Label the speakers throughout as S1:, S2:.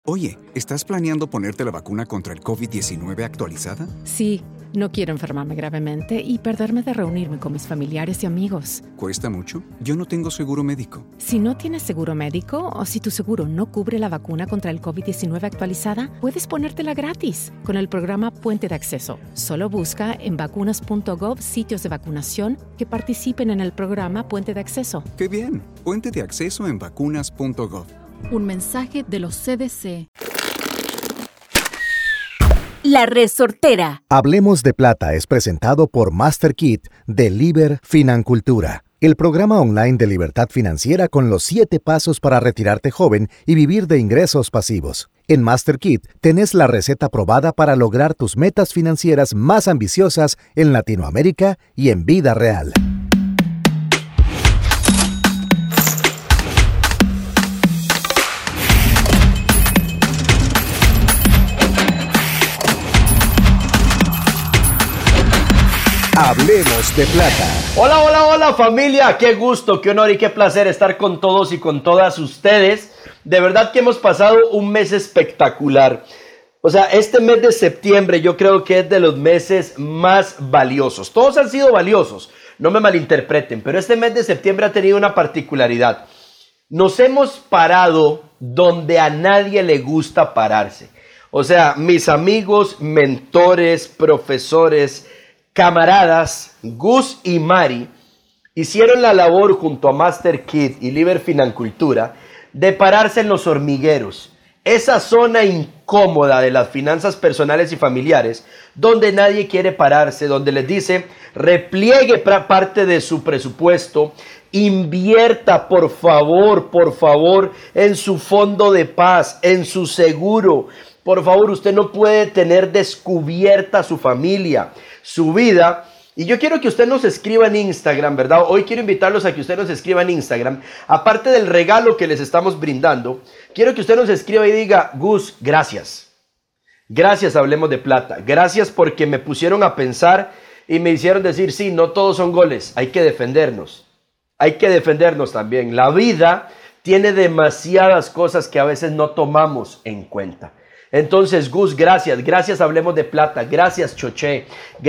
S1: Oye, ¿estás planeando ponerte la vacuna contra el COVID-19 actualizada?
S2: Sí, no quiero enfermarme gravemente y perderme de reunirme con mis familiares y amigos.
S1: ¿Cuesta mucho? Yo no tengo seguro médico.
S2: Si no tienes seguro médico o si tu seguro no cubre la vacuna contra el COVID-19 actualizada, puedes ponértela gratis con el programa Puente de Acceso. Solo busca en vacunas.gov sitios de vacunación que participen en el programa Puente de Acceso.
S1: ¡Qué bien! Puente de Acceso en vacunas.gov.
S3: Un mensaje de los CDC.
S4: La Resortera.
S5: Hablemos de Plata es presentado por MasterKit de Liber Financultura, el programa online de libertad financiera con los 7 pasos para retirarte joven y vivir de ingresos pasivos. En MasterKit tenés la receta probada para lograr tus metas financieras más ambiciosas en Latinoamérica y en vida real. Hablemos de Plata.
S6: Hola, hola, hola familia, qué gusto, qué honor y qué placer estar con todos y con todas ustedes. De verdad que hemos pasado un mes espectacular. O sea, este mes de septiembre yo creo que es de los meses más valiosos. Todos han sido valiosos, no me malinterpreten, pero este mes de septiembre ha tenido una particularidad. Nos hemos parado donde a nadie le gusta pararse. O sea, mis amigos, mentores, profesores, camaradas, Gus y Mari hicieron la labor junto a MasterKit y Liber Financultura de pararse en los hormigueros, esa zona incómoda de las finanzas personales y familiares, donde nadie quiere pararse, donde les dice, repliegue parte de su presupuesto, invierta por favor, en su fondo de paz, en su seguro. Por favor, usted no puede tener descubierta su familia, su vida. Y yo quiero que usted nos escriba en Instagram, ¿verdad? Hoy quiero invitarlos a que usted nos escriba en Instagram. Aparte del regalo que les estamos brindando, quiero que usted nos escriba y diga, Gus, gracias. Gracias, Hablemos de Plata. Gracias porque me pusieron a pensar y me hicieron decir, sí, no todos son goles, hay que defendernos. Hay que defendernos también. La vida tiene demasiadas cosas que a veces no tomamos en cuenta. Entonces, Gus, gracias, Hablemos de Plata, gracias, Choché,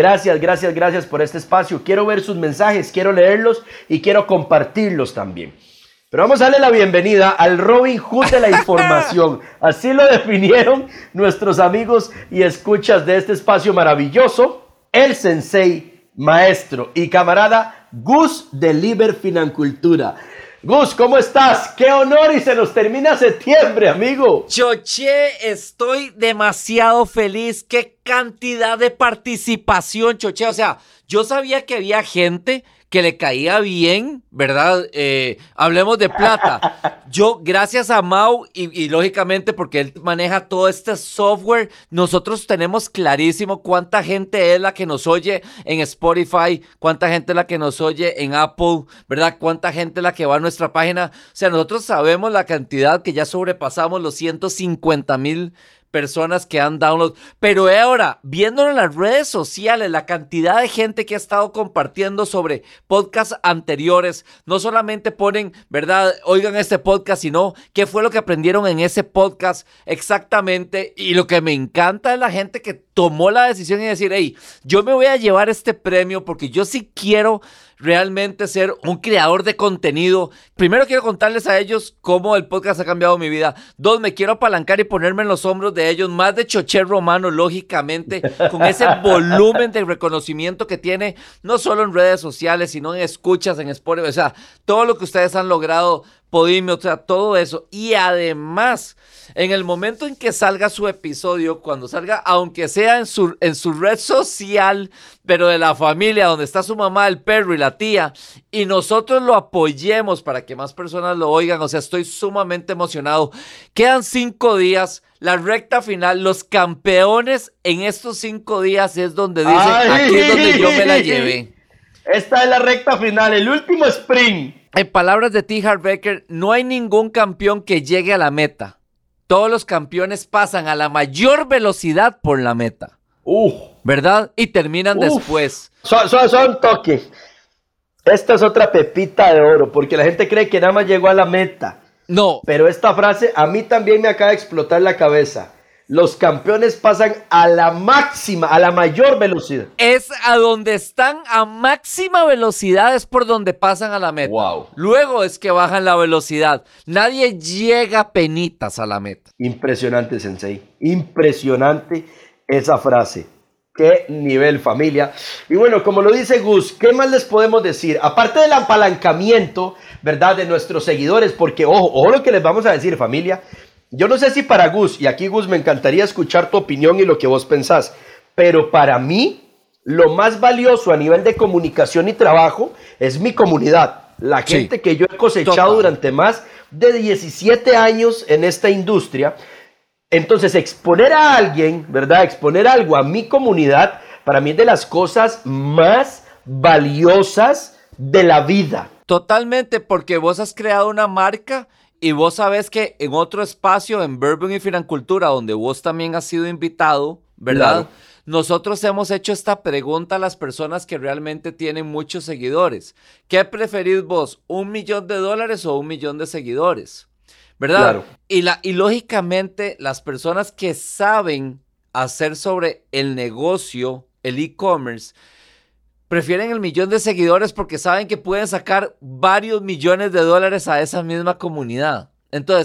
S6: gracias por este espacio. Quiero ver sus mensajes, quiero leerlos y quiero compartirlos también. Pero vamos a darle la bienvenida al Robin Hood de la información. Así lo definieron nuestros amigos y escuchas de este espacio maravilloso, el sensei, maestro y camarada Gus de Liber Financultura. Gus, ¿cómo estás? ¡Qué honor! Y se nos termina septiembre, amigo.
S7: Choché, estoy demasiado feliz. ¡Qué cantidad de participación, Choché! O sea, yo sabía que había gente que le caía bien, ¿verdad? Hablemos de Plata. Yo, gracias a Mau y lógicamente porque él maneja todo este software, nosotros tenemos clarísimo cuánta gente es la que nos oye en Spotify, cuánta gente es la que nos oye en Apple, ¿verdad? Cuánta gente es la que va a nuestra página. O sea, nosotros sabemos la cantidad que ya sobrepasamos los 150,000 personas que han download, pero ahora, viéndolo en las redes sociales, la cantidad de gente que ha estado compartiendo sobre podcasts anteriores, no solamente ponen, ¿verdad? Oigan este podcast, sino qué fue lo que aprendieron en ese podcast exactamente, y lo que me encanta es la gente que tomó la decisión y decir, hey, yo me voy a llevar este premio porque yo sí quiero realmente ser un creador de contenido. Primero quiero contarles a ellos cómo el podcast ha cambiado mi vida. 2, me quiero apalancar y ponerme en los hombros de ellos, más de Choché Romano, lógicamente, con ese volumen de reconocimiento que tiene, no solo en redes sociales, sino en escuchas, en Spotify, o sea, todo lo que ustedes han logrado, Podimio, o sea, todo eso. Y además, en el momento en que salga su episodio, cuando salga, aunque sea en su red social, pero de la familia, donde está su mamá, el perro y la tía, y nosotros lo apoyemos para que más personas lo oigan, o sea, estoy sumamente emocionado. Quedan 5 días, la recta final, los campeones en estos 5 días es donde dicen, aquí es donde yo me la llevé.
S6: Esta es la recta final, el último sprint.
S7: En palabras de T. Harv Eker, no hay ningún campeón que llegue a la meta. Todos los campeones pasan a la mayor velocidad por la meta. ¿Verdad? Y terminan después.
S6: Son toques. Esta es otra pepita de oro, porque la gente cree que nada más llegó a la meta.
S7: No.
S6: Pero esta frase a mí también me acaba de explotar la cabeza. Los campeones pasan a la máxima, a la mayor velocidad.
S7: Es a donde están a máxima velocidad, es por donde pasan a la meta.
S6: Wow.
S7: Luego es que bajan la velocidad. Nadie llega penitas a la meta.
S6: Impresionante, Sensei. Impresionante esa frase. Qué nivel, familia. Y bueno, como lo dice Gus, ¿qué más les podemos decir? Aparte del apalancamiento, ¿verdad? De nuestros seguidores, porque ojo lo que les vamos a decir, familia. Yo no sé si para Gus, y aquí Gus me encantaría escuchar tu opinión y lo que vos pensás, pero para mí lo más valioso a nivel de comunicación y trabajo es mi comunidad, la gente que yo he cosechado durante más de 17 años en esta industria. Entonces exponer a alguien, ¿verdad? Exponer algo a mi comunidad, para mí es de las cosas más valiosas de la vida.
S7: Totalmente, porque vos has creado una marca. Y vos sabés que en otro espacio, en Bourbon y Financultura, donde vos también has sido invitado, ¿verdad? Claro. Nosotros hemos hecho esta pregunta a las personas que realmente tienen muchos seguidores. ¿Qué preferís vos, $1 millón o 1 millón de seguidores? ¿Verdad? Claro. Y lógicamente las personas que saben hacer sobre el negocio, el e-commerce, prefieren el 1 millón de seguidores porque saben que pueden sacar varios millones de dólares a esa misma comunidad. Entonces,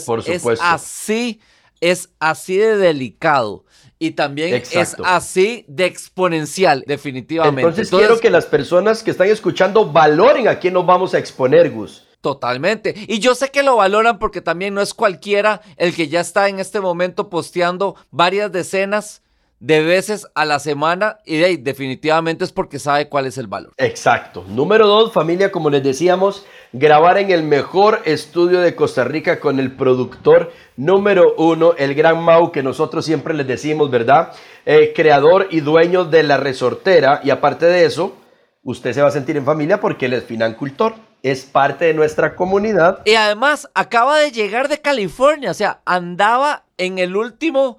S7: es así de delicado y también es así de exponencial, definitivamente.
S6: Entonces quiero que las personas que están escuchando valoren a quién nos vamos a exponer, Gus.
S7: Totalmente. Y yo sé que lo valoran porque también no es cualquiera el que ya está en este momento posteando varias decenas de veces a la semana y definitivamente es porque sabe cuál es el valor.
S6: Exacto. Número 2, familia, como les decíamos, grabar en el mejor estudio de Costa Rica con el productor número 1, el gran Mau, que nosotros siempre les decimos, ¿verdad? Creador y dueño de La Resortera, y aparte de eso, usted se va a sentir en familia porque él es financultor. Es parte de nuestra comunidad.
S7: Y además acaba de llegar de California, o sea, andaba en el último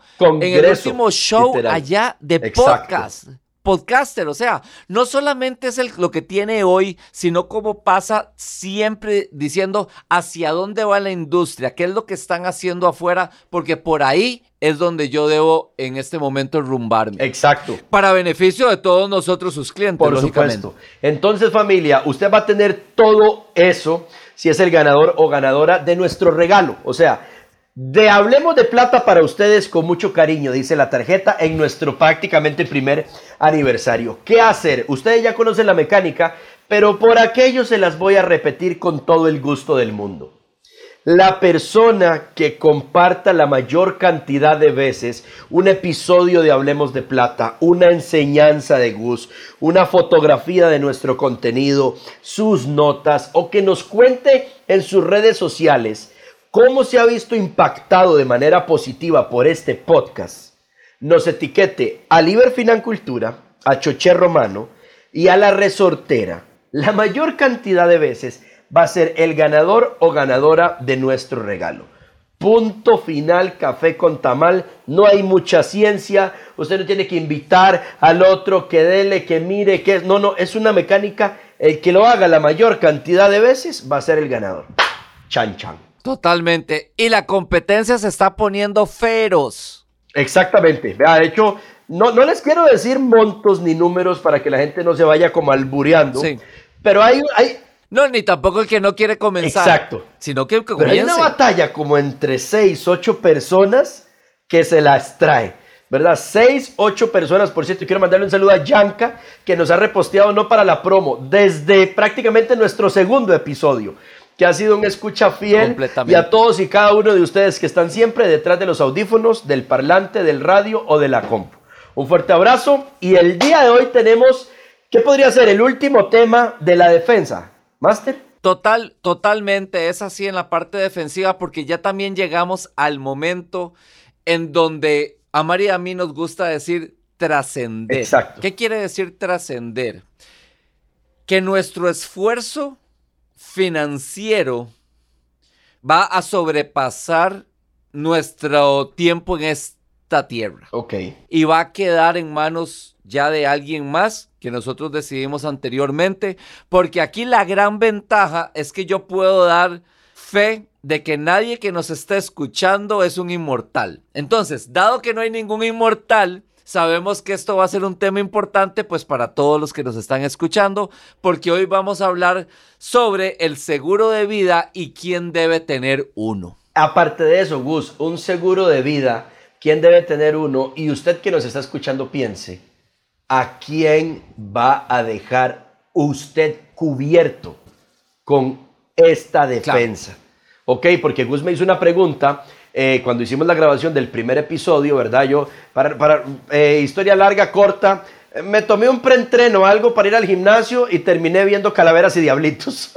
S7: show literal. Allá de podcaster, o sea, no solamente es lo que tiene hoy, sino como pasa siempre diciendo hacia dónde va la industria, qué es lo que están haciendo afuera, porque por ahí es donde yo debo en este momento rumbarme.
S6: Exacto.
S7: Para beneficio de todos nosotros, sus clientes,
S6: por supuesto. Entonces, familia, usted va a tener todo eso si es el ganador o ganadora de nuestro regalo. O sea, Hablemos de Plata para ustedes con mucho cariño, dice la tarjeta, en nuestro prácticamente primer aniversario. ¿Qué hacer? Ustedes ya conocen la mecánica, pero por aquello se las voy a repetir con todo el gusto del mundo. La persona que comparta la mayor cantidad de veces un episodio de Hablemos de Plata, una enseñanza de Gus, una fotografía de nuestro contenido, sus notas, o que nos cuente en sus redes sociales cómo se ha visto impactado de manera positiva por este podcast, nos etiquete a Liber Financultura, a Choché Romano y a La Resortera, la mayor cantidad de veces va a ser el ganador o ganadora de nuestro regalo. Punto final, café con tamal, no hay mucha ciencia, usted no tiene que invitar al otro que dele, que mire, que no, es una mecánica, el que lo haga la mayor cantidad de veces va a ser el ganador. Chan, chan.
S7: Totalmente, y la competencia se está poniendo feroz.
S6: Exactamente, de hecho, no les quiero decir montos ni números para que la gente no se vaya como albureando, sí. Pero hay
S7: no, ni tampoco el que no quiere comenzar.
S6: Exacto.
S7: Sino que
S6: pero hay una batalla como entre 6, 8 personas que se las trae, ¿verdad? 6, 8 personas, por cierto, quiero mandarle un saludo a Yanka, que nos ha reposteado no para la promo, desde prácticamente nuestro segundo episodio, que ha sido un escucha fiel, y a todos y cada uno de ustedes que están siempre detrás de los audífonos, del parlante, del radio o de la compu. Un fuerte abrazo, y el día de hoy tenemos, ¿qué podría ser el último tema de la defensa? ¿Master?
S7: Totalmente, es así en la parte defensiva, porque ya también llegamos al momento en donde a Mari y a mí nos gusta decir trascender.
S6: Exacto.
S7: ¿Qué quiere decir trascender? Que nuestro esfuerzo financiero va a sobrepasar nuestro tiempo en esta tierra.
S6: Ok.
S7: Y va a quedar en manos ya de alguien más que nosotros decidimos anteriormente, porque aquí la gran ventaja es que yo puedo dar fe de que nadie que nos esté escuchando es un inmortal. Entonces, dado que no hay ningún inmortal, sabemos que esto va a ser un tema importante pues para todos los que nos están escuchando, porque hoy vamos a hablar sobre el seguro de vida y quién debe tener uno.
S6: Aparte de eso, Gus, un seguro de vida, ¿quién debe tener uno? Y usted que nos está escuchando piense, ¿a quién va a dejar usted cubierto con esta defensa? Claro. Ok, porque Gus me hizo una pregunta cuando hicimos la grabación del primer episodio, ¿verdad? Yo, para historia larga, corta, me tomé un preentreno, algo para ir al gimnasio y terminé viendo Calaveras y Diablitos.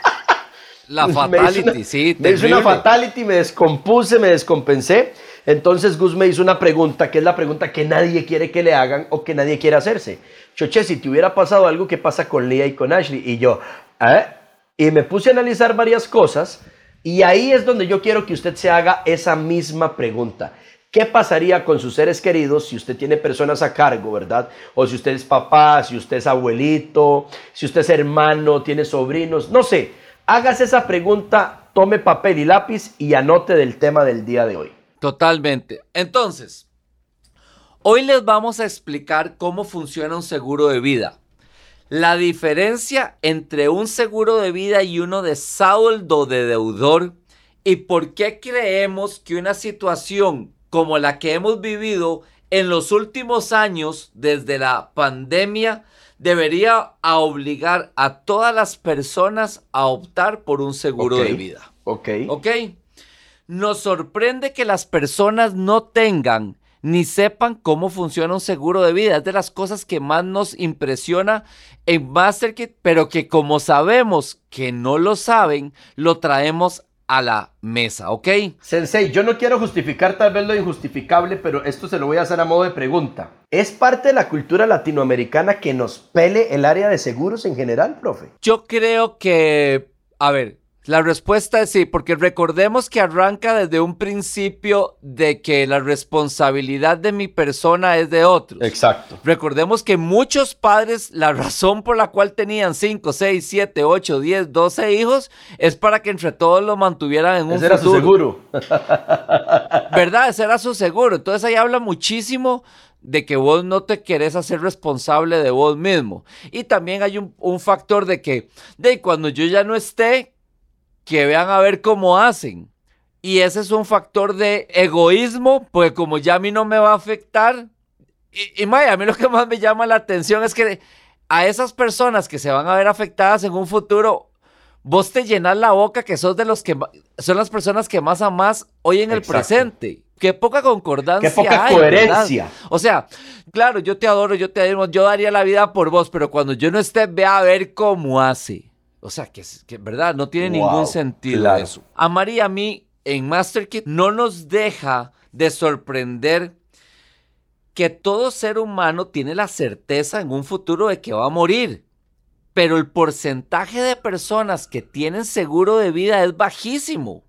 S7: La fatality, sí,
S6: me hizo una fatality, me descompuse, me descompensé. Entonces Gus me hizo una pregunta, que es la pregunta que nadie quiere que le hagan o que nadie quiere hacerse. Choche, si te hubiera pasado algo, ¿qué pasa con Lía y con Ashley? Y yo, Y me puse a analizar varias cosas. Y ahí es donde yo quiero que usted se haga esa misma pregunta. ¿Qué pasaría con sus seres queridos si usted tiene personas a cargo, verdad? O si usted es papá, si usted es abuelito, si usted es hermano, tiene sobrinos, no sé. Hágase esa pregunta, tome papel y lápiz y anote del tema del día de hoy.
S7: Totalmente. Entonces, hoy les vamos a explicar cómo funciona un seguro de vida. La diferencia entre un seguro de vida y uno de saldo de deudor y por qué creemos que una situación como la que hemos vivido en los últimos años desde la pandemia debería obligar a todas las personas a optar por un seguro de vida. Ok. Nos sorprende que las personas no tengan ni sepan cómo funciona un seguro de vida. Es de las cosas que más nos impresiona en MasterKit, pero que como sabemos que no lo saben, lo traemos a la mesa, ¿ok?
S6: Sensei, yo no quiero justificar tal vez lo injustificable, pero esto se lo voy a hacer a modo de pregunta. ¿Es parte de la cultura latinoamericana que nos pele el área de seguros en general, profe?
S7: Yo creo que, la respuesta es sí, porque recordemos que arranca desde un principio de que la responsabilidad de mi persona es de otros.
S6: Exacto.
S7: Recordemos que muchos padres, la razón por la cual tenían 5, 6, 7, 8, 10, 12 hijos es para que entre todos lo mantuvieran en un futuro.
S6: Ese era su seguro.
S7: ¿Verdad? Ese era su seguro. Entonces ahí habla muchísimo de que vos no te querés hacer responsable de vos mismo. Y también hay un factor de que cuando yo ya no esté, que vean a ver cómo hacen. Y ese es un factor de egoísmo, pues como ya a mí no me va a afectar. Y a mí lo que más me llama la atención es que a esas personas que se van a ver afectadas en un futuro, vos te llenas la boca que sos de los que son las personas que más amás hoy en el presente. Qué poca concordancia hay.
S6: Qué poca coherencia.
S7: ¿Verdad? O sea, claro, yo te adoro, yo te admiro, yo daría la vida por vos, pero cuando yo no esté, ve a ver cómo hace. O sea, que verdad, no tiene ningún sentido eso. A María y a mí, en MasterKit, no nos deja de sorprender que todo ser humano tiene la certeza en un futuro de que va a morir. Pero el porcentaje de personas que tienen seguro de vida es bajísimo.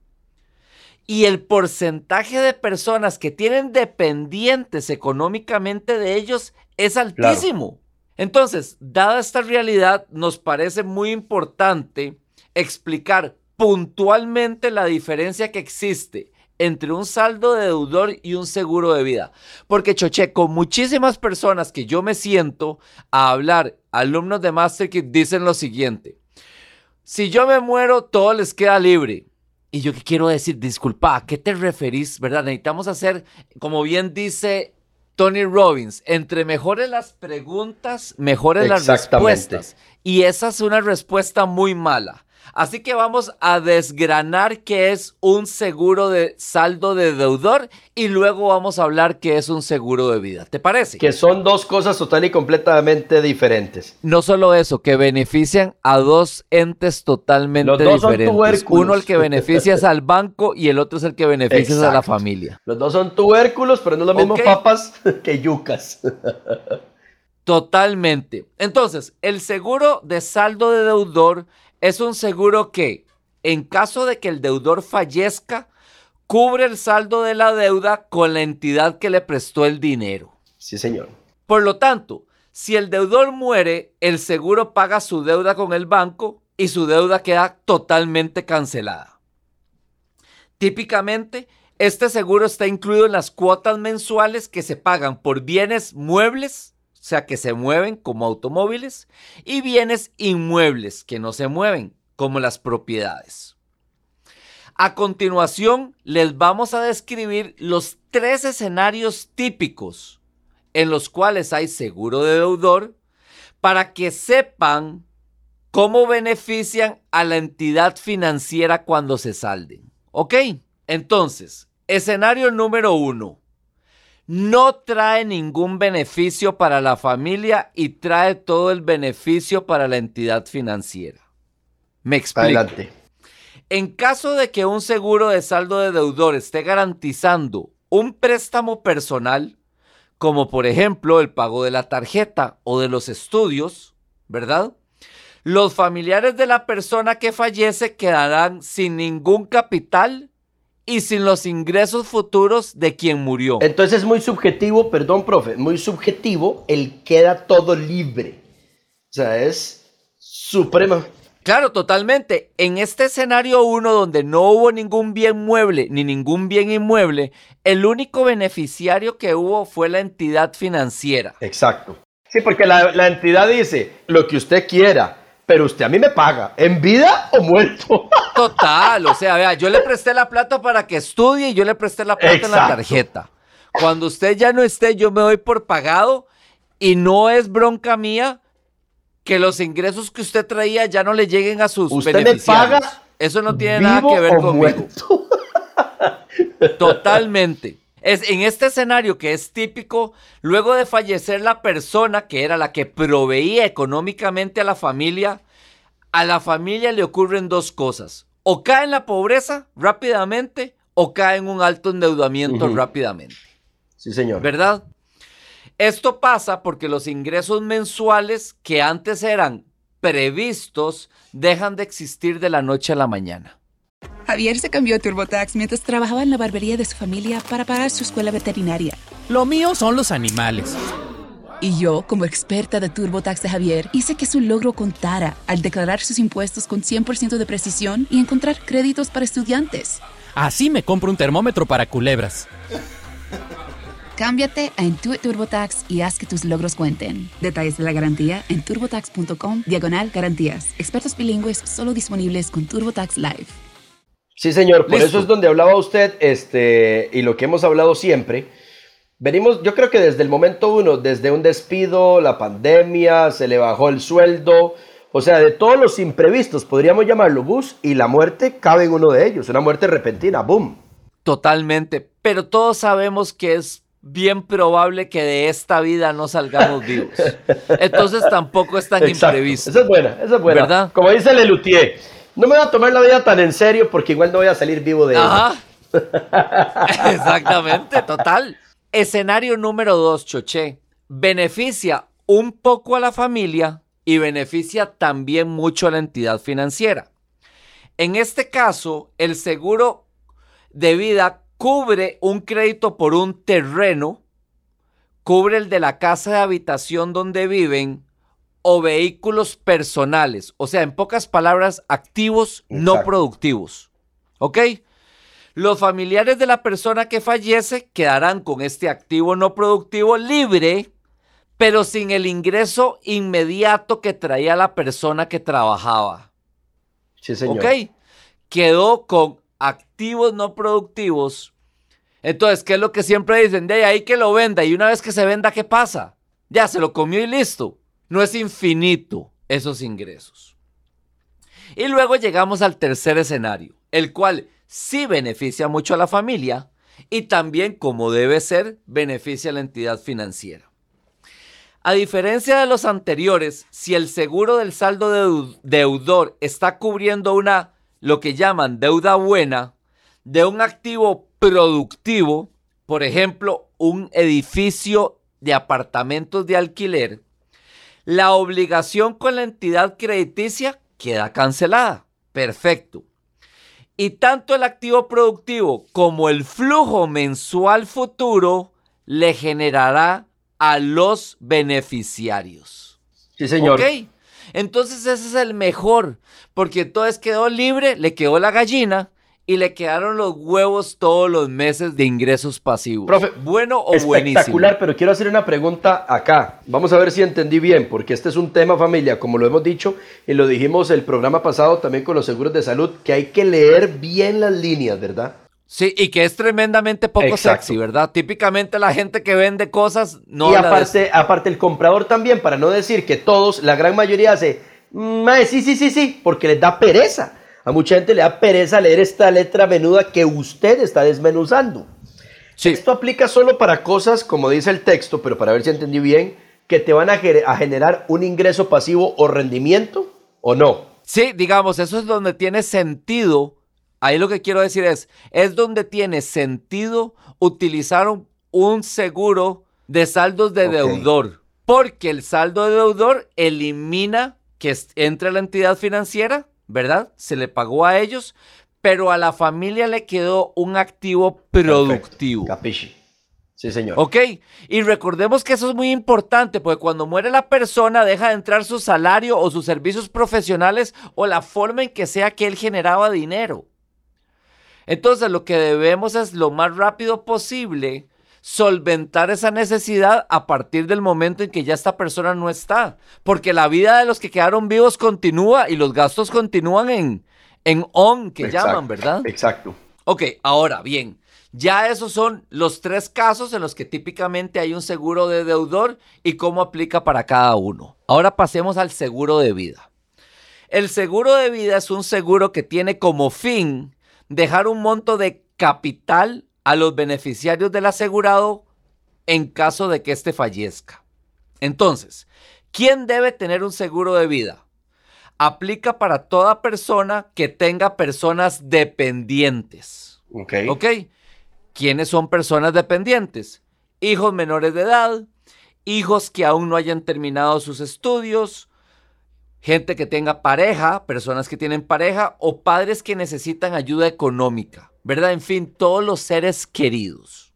S7: Y el porcentaje de personas que tienen dependientes económicamente de ellos es altísimo. Claro. Entonces, dada esta realidad, nos parece muy importante explicar puntualmente la diferencia que existe entre un saldo de deudor y un seguro de vida. Porque, Choche, con muchísimas personas que yo me siento a hablar, alumnos de MasterKit dicen lo siguiente: si yo me muero, todo les queda libre. Y yo, ¿qué quiero decir? Disculpa, ¿a qué te referís? ¿Verdad? Necesitamos hacer, como bien dice Tony Robbins, entre mejores las preguntas, mejores las respuestas. Y esa es una respuesta muy mala. Así que vamos a desgranar qué es un seguro de saldo de deudor y luego vamos a hablar qué es un seguro de vida. ¿Te parece?
S6: Que son dos cosas total y completamente diferentes.
S7: No solo eso, que benefician a dos entes totalmente diferentes. Los dos son tubérculos. Uno el que beneficia es al banco y el otro es el que beneficia a la familia.
S6: Los dos son tubérculos, pero no es lo mismo papas que yucas.
S7: Totalmente. Entonces, el seguro de saldo de deudor es un seguro que, en caso de que el deudor fallezca, cubre el saldo de la deuda con la entidad que le prestó el dinero.
S6: Sí, señor.
S7: Por lo tanto, si el deudor muere, el seguro paga su deuda con el banco y su deuda queda totalmente cancelada. Típicamente, este seguro está incluido en las cuotas mensuales que se pagan por bienes muebles, o sea, que se mueven como automóviles, y bienes inmuebles que no se mueven, como las propiedades. A continuación, les vamos a describir los 3 escenarios típicos en los cuales hay seguro de deudor para que sepan cómo benefician a la entidad financiera cuando se salden. ¿Ok? Entonces, escenario número 1. No trae ningún beneficio para la familia y trae todo el beneficio para la entidad financiera. Me explico.
S6: Adelante.
S7: En caso de que un seguro de saldo de deudor esté garantizando un préstamo personal, como por ejemplo el pago de la tarjeta o de los estudios, ¿verdad? Los familiares de la persona que fallece quedarán sin ningún capital y sin los ingresos futuros de quien murió.
S6: Entonces es muy subjetivo, perdón, profe, muy subjetivo, el queda todo libre. O sea, es suprema.
S7: Claro, totalmente. En este escenario 1, donde no hubo ningún bien mueble ni ningún bien inmueble, el único beneficiario que hubo fue la entidad financiera.
S6: Exacto. Sí, porque la entidad dice, lo que usted quiera, pero usted a mí me paga, ¿en vida o muerto?
S7: Total, o sea, vea, yo le presté la plata para que estudie y yo le presté la plata en la tarjeta. Cuando usted ya no esté, yo me doy por pagado y no es bronca mía que los ingresos que usted traía ya no le lleguen a sus beneficiarios. ¿Usted me paga? Eso no tiene nada que ver conmigo. Totalmente. En este escenario que es típico, luego de fallecer la persona que era la que proveía económicamente a la familia le ocurren 2 cosas. O cae en la pobreza rápidamente o cae en un alto endeudamiento rápidamente.
S6: Sí, señor.
S7: ¿Verdad? Esto pasa porque los ingresos mensuales que antes eran previstos dejan de existir de la noche a la mañana.
S8: Javier se cambió a TurboTax mientras trabajaba en la barbería de su familia para pagar su escuela veterinaria.
S9: Lo mío son los animales.
S8: Y yo, como experta de TurboTax de Javier, hice que su logro contara al declarar sus impuestos con 100% de precisión y encontrar créditos para estudiantes.
S9: Así me compro un termómetro para culebras.
S8: Cámbiate a Intuit TurboTax y haz que tus logros cuenten. Detalles de la garantía en turbotax.com/garantías. Expertos bilingües solo disponibles con TurboTax Live.
S6: Sí, señor. Por
S7: Listo.
S6: eso es donde hablaba usted, y lo que hemos hablado siempre. Venimos, yo creo que desde el momento 1, desde un despido, la pandemia, se le bajó el sueldo. O sea, de todos los imprevistos, podríamos llamarlo, Gus, y la muerte cabe en uno de ellos. Una muerte repentina, boom.
S7: Totalmente. Pero todos sabemos que es bien probable que de esta vida no salgamos vivos. Entonces tampoco es tan
S6: Exacto.
S7: imprevisto.
S6: Esa es buena.
S7: ¿Verdad?
S6: Como dice Lelutier, no me voy a tomar la vida tan en serio porque igual no voy a salir vivo de ella.
S7: Ajá. Exactamente, total. Escenario número 2, Choché. Beneficia un poco a la familia y beneficia también mucho a la entidad financiera. En este caso, el seguro de vida cubre un crédito por un terreno, cubre el de la casa de habitación donde viven o vehículos personales. O sea, en pocas palabras, activos no productivos. ¿Ok? Los familiares de la persona que fallece quedarán con este activo no productivo libre, pero sin el ingreso inmediato que traía la persona que trabajaba.
S6: Sí, señor.
S7: ¿Ok? Quedó con activos no productivos. Entonces, ¿qué es lo que siempre dicen? De ahí que lo venda, y una vez que se venda, ¿qué pasa? Ya se lo comió y listo. No es infinito esos ingresos. Y luego llegamos al tercer escenario, el cual sí beneficia mucho a la familia y también, como debe ser, beneficia a la entidad financiera. A diferencia de los anteriores, si el seguro del saldo deudor está cubriendo lo que llaman deuda buena de un activo productivo, por ejemplo, un edificio de apartamentos de alquiler, la obligación con la entidad crediticia queda cancelada. Perfecto. Y tanto el activo productivo como el flujo mensual futuro le generará a los beneficiarios.
S6: Sí, señor.
S7: ¿Ok? Entonces ese es el mejor, porque entonces quedó libre, le quedó la gallina y le quedaron los huevos todos los meses de ingresos pasivos.
S6: Profe,
S7: ¿bueno o buenísimo?
S6: Espectacular, pero quiero hacer una pregunta acá. Vamos a ver si entendí bien, porque este es un tema, familia, como lo hemos dicho y lo dijimos el programa pasado también con los seguros de salud, que hay que leer bien las líneas, ¿verdad?
S7: Sí, y que es tremendamente poco sexy, ¿verdad? Típicamente la gente que vende cosas no...
S6: Y aparte el comprador también, para no decir que todos, la gran mayoría hace, sí, porque les da pereza. A mucha gente le da pereza leer esta letra menuda que usted está desmenuzando. Sí. Esto aplica solo para cosas, como dice el texto, pero para ver si entendí bien, que te van a generar un ingreso pasivo o rendimiento, ¿o no?
S7: Sí, digamos, eso es donde tiene sentido. Ahí lo que quiero decir es donde tiene sentido utilizar un seguro de saldos de deudor, porque el saldo de deudor elimina que entre la entidad financiera, ¿verdad? Se le pagó a ellos, pero a la familia le quedó un activo productivo.
S6: Capisci. Sí, señor.
S7: Ok, y recordemos que eso es muy importante, porque cuando muere la persona deja de entrar su salario o sus servicios profesionales o la forma en que sea que él generaba dinero. Entonces lo que debemos es lo más rápido posible solventar esa necesidad a partir del momento en que ya esta persona no está, porque la vida de los que quedaron vivos continúa y los gastos continúan en on, que llaman, ¿verdad?
S6: Exacto.
S7: Ok, ahora bien, ya esos son los 3 casos en los que típicamente hay un seguro de deudor y cómo aplica para cada uno. Ahora pasemos al seguro de vida. El seguro de vida es un seguro que tiene como fin dejar un monto de capital a los beneficiarios del asegurado en caso de que éste fallezca. Entonces, ¿quién debe tener un seguro de vida? Aplica para toda persona que tenga personas dependientes. ¿Ok? ¿Quiénes son personas dependientes? Hijos menores de edad, hijos que aún no hayan terminado sus estudios, gente que tenga pareja, personas que tienen pareja o padres que necesitan ayuda económica, ¿verdad? En fin, todos los seres queridos.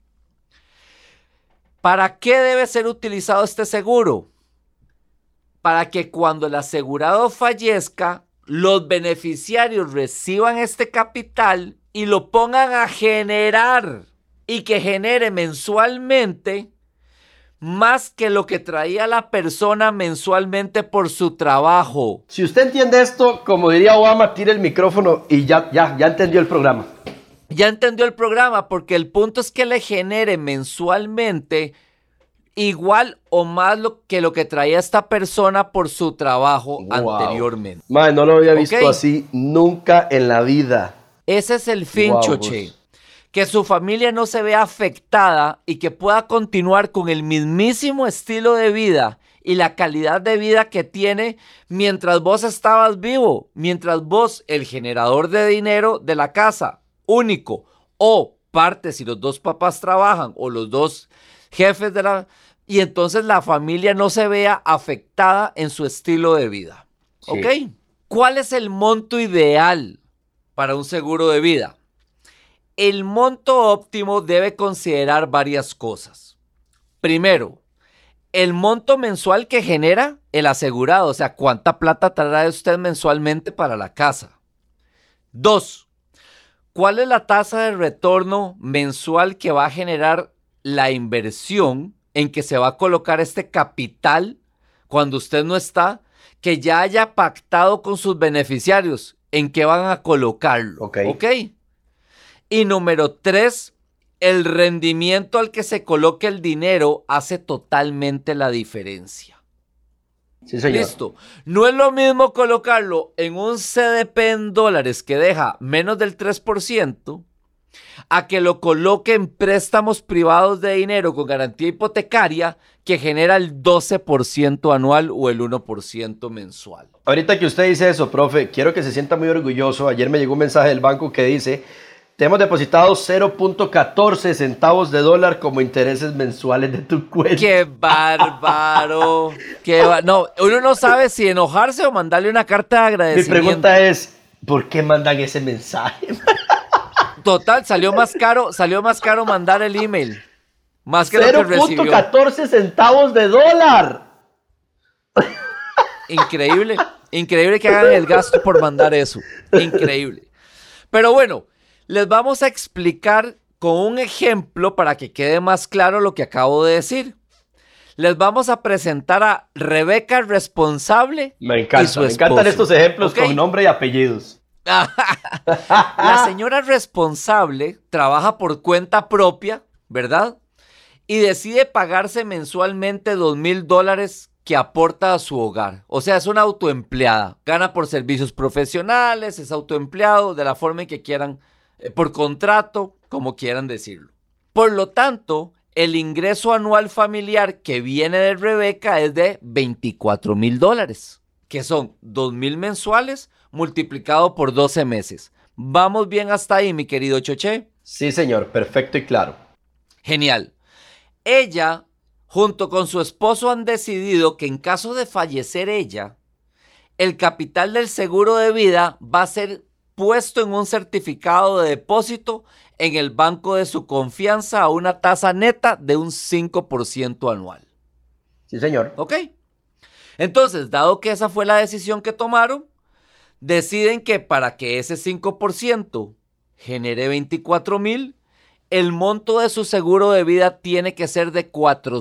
S7: ¿Para qué debe ser utilizado este seguro? Para que cuando el asegurado fallezca, los beneficiarios reciban este capital y lo pongan a generar y que genere mensualmente más que lo que traía la persona mensualmente por su trabajo.
S6: Si usted entiende esto, como diría Obama, tire el micrófono y ya entendió el programa.
S7: Ya entendió el programa, porque el punto es que le genere mensualmente igual o más que lo que traía esta persona por su trabajo anteriormente.
S6: Man, no lo había visto así nunca en la vida.
S7: Ese es el fin, Choche. Que su familia no se vea afectada y que pueda continuar con el mismísimo estilo de vida y la calidad de vida que tiene mientras vos estabas vivo, mientras vos, el generador de dinero de la casa, único, o parte si los 2 papás trabajan o los 2 jefes de la... Y entonces la familia no se vea afectada en su estilo de vida. Sí. ¿Ok? ¿Cuál es el monto ideal para un seguro de vida? El monto óptimo debe considerar varias cosas. Primero, el monto mensual que genera el asegurado, o sea, cuánta plata trae usted mensualmente para la casa. 2, ¿cuál es la tasa de retorno mensual que va a generar la inversión en que se va a colocar este capital cuando usted no está, que ya haya pactado con sus beneficiarios en qué van a colocarlo? ¿Ok? Y número 3, el rendimiento al que se coloque el dinero hace totalmente la diferencia.
S6: Sí, señor.
S7: Listo. No es lo mismo colocarlo en un CDP en dólares que deja menos del 3% a que lo coloque en préstamos privados de dinero con garantía hipotecaria que genera el 12% anual o el 1% mensual.
S6: Ahorita que usted dice eso, profe, quiero que se sienta muy orgulloso. Ayer me llegó un mensaje del banco que dice: te hemos depositado 0.14 centavos de dólar como intereses mensuales de tu cuenta.
S7: ¡Qué bárbaro! No, uno no sabe si enojarse o mandarle una carta de agradecimiento.
S6: Mi pregunta es, ¿por qué mandan ese mensaje?
S7: Total, salió más caro mandar el email. Más que lo que recibió.
S6: 0.14 centavos de dólar.
S7: Increíble que hagan el gasto por mandar eso. Increíble. Pero bueno, Les vamos a explicar con un ejemplo para que quede más claro lo que acabo de decir. Les vamos a presentar a Rebeca Responsable
S6: Me encanta,
S7: y su
S6: me encantan
S7: esposo.
S6: estos ejemplos
S7: ¿Ok?
S6: con nombre y apellidos.
S7: La señora Responsable trabaja por cuenta propia, ¿verdad? Y decide pagarse mensualmente $2,000 que aporta a su hogar. O sea, es una autoempleada. Gana por servicios profesionales, es autoempleado, de la forma en que quieran, por contrato, como quieran decirlo. Por lo tanto, el ingreso anual familiar que viene de Rebeca es de $24,000, que son 2,000 mensuales multiplicado por 12 meses. ¿Vamos bien hasta ahí, mi querido Choché?
S6: Sí, señor, perfecto y claro.
S7: Genial. Ella, junto con su esposo, han decidido que en caso de fallecer ella, el capital del seguro de vida va a ser puesto en un certificado de depósito en el banco de su confianza a una tasa neta de un 5% anual.
S6: Sí, señor.
S7: ¿Ok? Entonces, dado que esa fue la decisión que tomaron, deciden que para que ese 5% genere 24,000, el monto de su seguro de vida tiene que ser de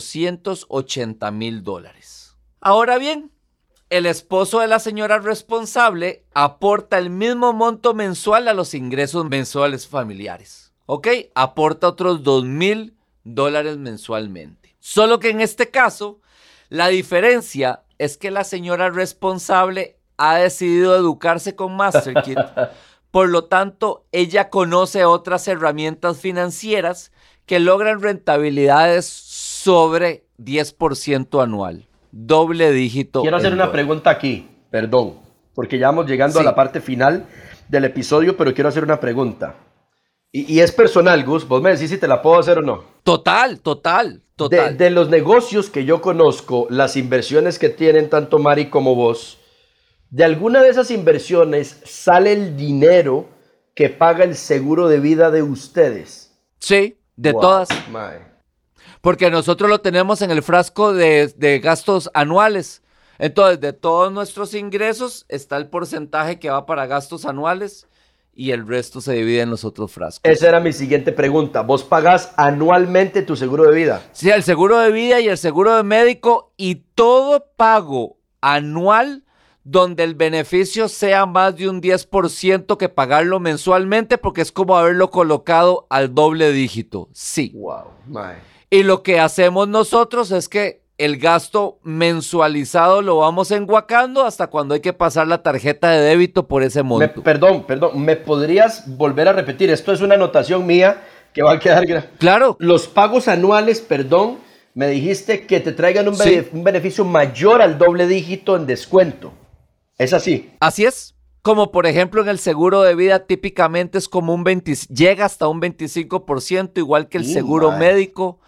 S7: $480,000. Ahora bien, el esposo de la señora Responsable aporta el mismo monto mensual a los ingresos mensuales familiares. ¿Ok? Aporta otros $2,000 mensualmente. Solo que en este caso, la diferencia es que la señora Responsable ha decidido educarse con MasterKit. Por lo tanto, ella conoce otras herramientas financieras que logran rentabilidades sobre 10% anual. Doble dígito.
S6: Quiero hacer una pregunta aquí, perdón, porque ya vamos llegando a la parte final del episodio, pero quiero hacer una pregunta. Y es personal, Gus, vos me decís si te la puedo hacer o no.
S7: Total.
S6: De los negocios que yo conozco, las inversiones que tienen tanto Mari como vos, de alguna de esas inversiones sale el dinero que paga el seguro de vida de ustedes.
S7: Sí, de
S6: Wow,
S7: todas.
S6: mae.
S7: Porque nosotros lo tenemos en el frasco de gastos anuales. Entonces, de todos nuestros ingresos está el porcentaje que va para gastos anuales y el resto se divide en los otros frascos.
S6: Esa era mi siguiente pregunta. ¿Vos pagás anualmente tu seguro de vida?
S7: Sí, el seguro de vida y el seguro de médico y todo pago anual donde el beneficio sea más de un 10% que pagarlo mensualmente, porque es como haberlo colocado al doble dígito. Sí.
S6: Wow, mae.
S7: Y lo que hacemos nosotros es que el gasto mensualizado lo vamos enguacando hasta cuando hay que pasar la tarjeta de débito por ese monto.
S6: Perdón, ¿me podrías volver a repetir? Esto es una anotación mía que va a quedar...
S7: Claro.
S6: Los pagos anuales, perdón, me dijiste que te traigan
S7: Sí.
S6: un beneficio mayor al doble dígito en descuento. ¿Es así?
S7: Así es. Como por ejemplo en el seguro de vida típicamente es como llega hasta un 25%, igual que el seguro médico.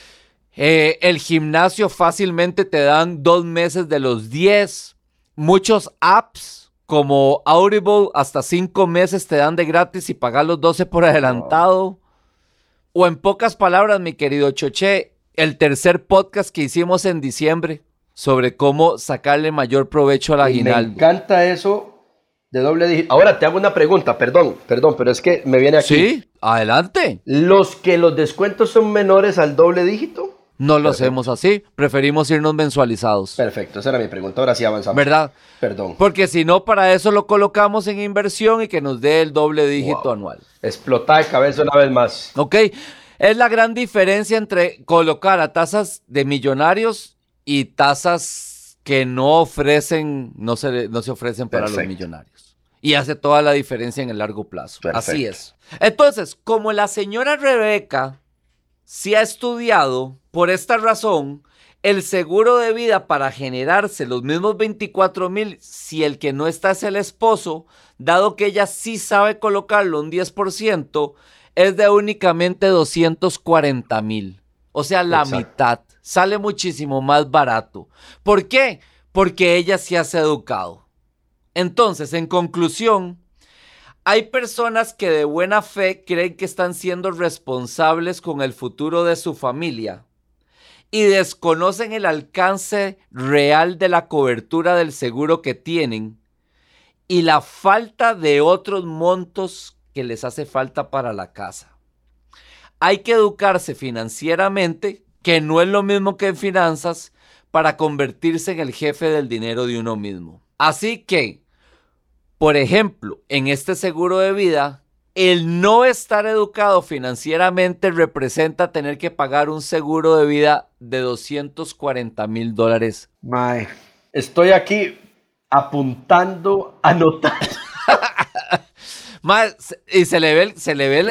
S7: El gimnasio fácilmente te dan 2 meses de los 10. Muchos apps como Audible hasta 5 meses te dan de gratis y pagar los 12 por adelantado. O en pocas palabras, mi querido Choché, el tercer podcast que hicimos en diciembre sobre cómo sacarle mayor provecho al aguinaldo.
S6: Me encanta eso de doble dígito. Ahora te hago una pregunta, perdón, pero es que me viene aquí.
S7: Sí, adelante.
S6: ¿Los descuentos son menores al doble dígito?
S7: No lo hacemos así, preferimos irnos mensualizados.
S6: Perfecto, esa era mi pregunta, ahora sí avanzamos.
S7: ¿Verdad?
S6: Perdón.
S7: Porque si no, para eso lo colocamos en inversión y que nos dé el doble dígito anual.
S6: Explota de cabeza una vez más.
S7: Ok, es la gran diferencia entre colocar a tasas de millonarios y tasas que no ofrecen, no se ofrecen para los millonarios. Y hace toda la diferencia en el largo plazo.
S6: Perfecto.
S7: Así es. Entonces, como la señora Rebeca sí ha estudiado, por esta razón, el seguro de vida para generarse los mismos 24,000, si el que no está es el esposo, dado que ella sí sabe colocarlo un 10%, es de únicamente 240,000. O sea, la mitad. Sale muchísimo más barato. ¿Por qué? Porque ella sí se ha educado. Entonces, en conclusión, hay personas que de buena fe creen que están siendo responsables con el futuro de su familia y desconocen el alcance real de la cobertura del seguro que tienen y la falta de otros montos que les hace falta para la casa. Hay que educarse financieramente, que no es lo mismo que en finanzas, para convertirse en el jefe del dinero de uno mismo. Así que, por ejemplo, en este seguro de vida, el no estar educado financieramente representa tener que pagar un seguro de vida de $240,000.
S6: Mae, estoy aquí apuntando, anotando.
S7: Más, y se le ve el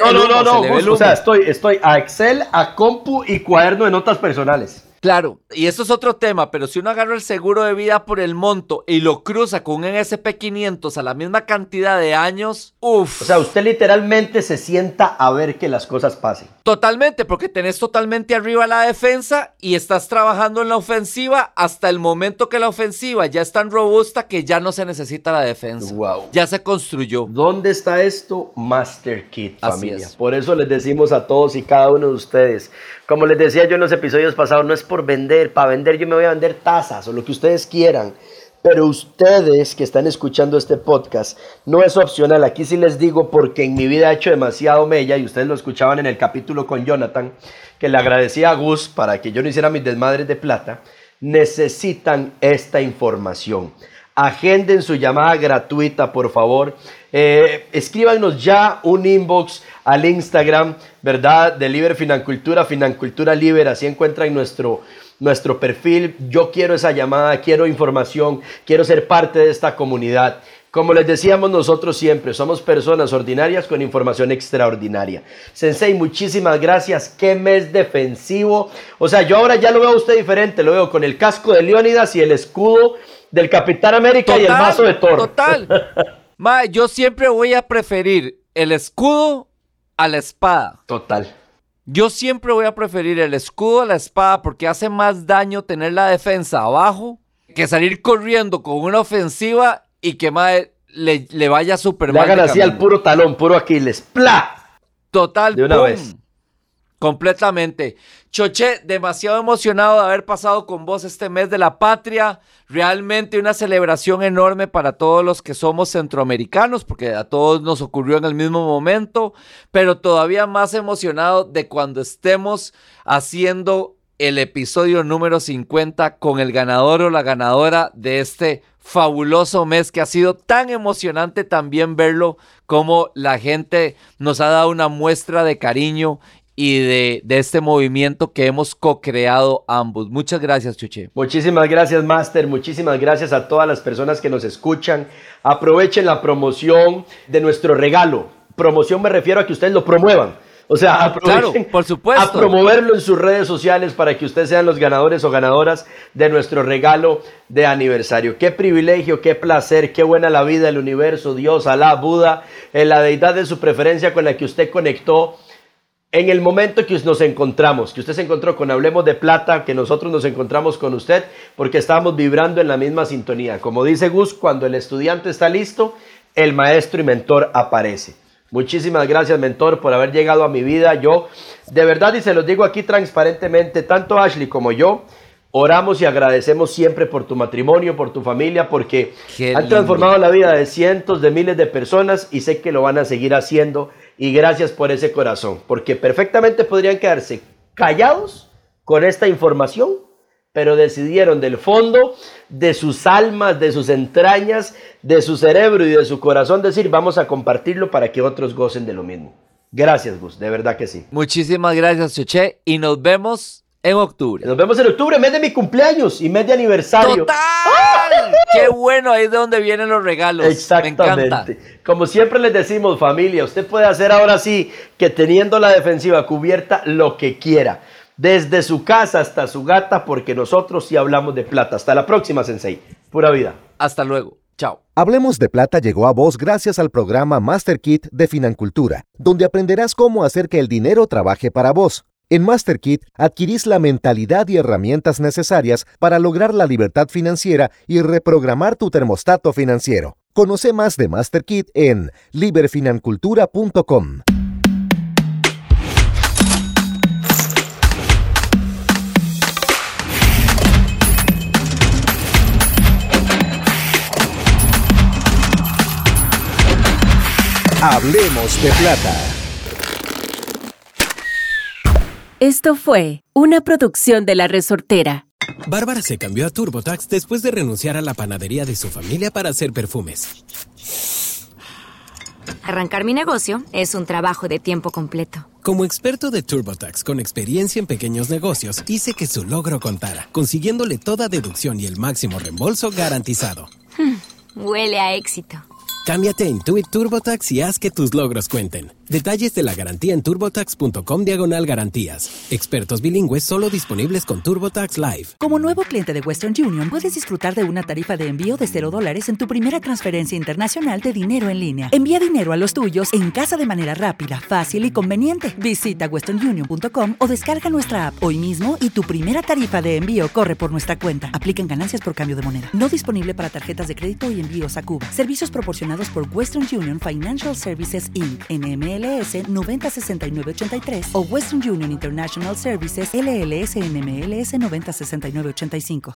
S6: No,
S7: humo.
S6: O sea, estoy a Excel, a compu y cuaderno de notas personales.
S7: Claro, y eso es otro tema, pero si uno agarra el seguro de vida por el monto y lo cruza con un SP500 a la misma cantidad de años, uff.
S6: O sea, usted literalmente se sienta a ver que las cosas pasen.
S7: Totalmente, porque tenés totalmente arriba la defensa y estás trabajando en la ofensiva hasta el momento que la ofensiva ya es tan robusta que ya no se necesita la defensa.
S6: Wow.
S7: Ya se construyó.
S6: ¿Dónde está esto? Master Kit, familia.
S7: Así es.
S6: Por eso les decimos a todos y cada uno de ustedes, como les decía yo en los episodios pasados, no es por vender, para vender yo me voy a vender tazas o lo que ustedes quieran, pero ustedes que están escuchando este podcast, no es opcional. Aquí sí les digo porque en mi vida he hecho demasiado mella y ustedes lo escuchaban en el capítulo con Jonathan, que le agradecía a Gus para que yo no hiciera mis desmadres de plata. Necesitan esta información. Agenden su llamada gratuita, por favor. Escríbanos ya un inbox al Instagram, ¿verdad? De Liber Financultura, Financultura Liber. Así encuentran nuestro perfil. Yo quiero esa llamada, quiero información, quiero ser parte de esta comunidad. Como les decíamos nosotros siempre, somos personas ordinarias con información extraordinaria. Sensei, muchísimas gracias. Qué mes defensivo. O sea, yo ahora ya lo veo a usted diferente. Lo veo con el casco de Leónidas y el escudo del Capitán América. Total, y el mazo de Thor.
S7: Total. Mae, yo siempre voy a preferir el escudo a la espada.
S6: Total.
S7: Yo siempre voy a preferir el escudo a la espada porque hace más daño tener la defensa abajo que salir corriendo con una ofensiva y que mae, le vaya súper mal.
S6: Le hagan así al puro talón, puro Aquiles. ¡Pla!
S7: Total.
S6: De una vez.
S7: Completamente. Choché, demasiado emocionado de haber pasado con vos este mes de la patria. Realmente una celebración enorme para todos los que somos centroamericanos, porque a todos nos ocurrió en el mismo momento, pero todavía más emocionado de cuando estemos haciendo el episodio número 50 con el ganador o la ganadora de este fabuloso mes, que ha sido tan emocionante también verlo, como la gente nos ha dado una muestra de cariño y de este movimiento que hemos co-creado ambos. Muchas gracias, Chuché.
S6: Muchísimas gracias, Master. Muchísimas gracias a todas las personas que nos escuchan. Aprovechen la promoción de nuestro regalo. Promoción me refiero a que ustedes lo promuevan. O sea, aprovechen,
S7: claro, por supuesto,
S6: a promoverlo en sus redes sociales para que ustedes sean los ganadores o ganadoras de nuestro regalo de aniversario. Qué privilegio, qué placer, qué buena la vida, el universo, Dios, Alá, Buda, la deidad de su preferencia con la que usted conectó en el momento que nos encontramos, que usted se encontró con Hablemos de Plata, que nosotros nos encontramos con usted, porque estábamos vibrando en la misma sintonía. Como dice Gus, cuando el estudiante está listo, el maestro y mentor aparece. Muchísimas gracias, mentor, por haber llegado a mi vida. Yo, de verdad, y se los digo aquí transparentemente, tanto Ashley como yo, oramos y agradecemos siempre por tu matrimonio, por tu familia, porque han transformado la vida de cientos de miles de personas y sé que lo van a seguir haciendo. Y gracias por ese corazón, porque perfectamente podrían quedarse callados con esta información, pero decidieron del fondo de sus almas, de sus entrañas, de su cerebro y de su corazón decir, vamos a compartirlo para que otros gocen de lo mismo. Gracias, Gus, de verdad que sí.
S7: Muchísimas gracias, Choché, y nos vemos en octubre.
S6: Nos vemos en octubre, mes de mi cumpleaños y mes de aniversario.
S7: ¡Total! ¡Ah! ¡Qué bueno! Ahí es de donde vienen los regalos.
S6: Exactamente. Me encanta. Como siempre les decimos, familia, usted puede hacer ahora sí que teniendo la defensiva cubierta lo que quiera. Desde su casa hasta su gata, porque nosotros sí hablamos de plata. Hasta la próxima, Sensei. Pura vida.
S7: Hasta luego. Chao.
S5: Hablemos de Plata llegó a vos gracias al programa Master Kit de Financultura, donde aprenderás cómo hacer que el dinero trabaje para vos. En Master Kit adquirís la mentalidad y herramientas necesarias para lograr la libertad financiera y reprogramar tu termostato financiero. Conoce más de Master Kit en liberfinancultura.com. Hablemos de plata.
S4: Esto fue una producción de La Resortera.
S10: Bárbara se cambió a TurboTax después de renunciar a la panadería de su familia para hacer perfumes.
S11: Arrancar mi negocio es un trabajo de tiempo completo.
S10: Como experto de TurboTax con experiencia en pequeños negocios, hice que su logro contara, consiguiéndole toda deducción y el máximo reembolso garantizado.
S11: Huele a éxito.
S10: Cámbiate a Intuit TurboTax y haz que tus logros cuenten. Detalles de la garantía en turbotax.com/garantías. Expertos bilingües solo disponibles con TurboTax Live.
S12: Como nuevo cliente de Western Union, puedes disfrutar de una tarifa de envío de $0 en tu primera transferencia internacional de dinero en línea. Envía dinero a los tuyos en casa de manera rápida, fácil y conveniente. Visita westernunion.com o descarga nuestra app hoy mismo y tu primera tarifa de envío corre por nuestra cuenta. Aplican ganancias por cambio de moneda. No disponible para tarjetas de crédito y envíos a Cuba. Servicios proporcionados por Western Union Financial Services Inc. NMLS 906983 o Western Union International Services LLS NMLS 906985.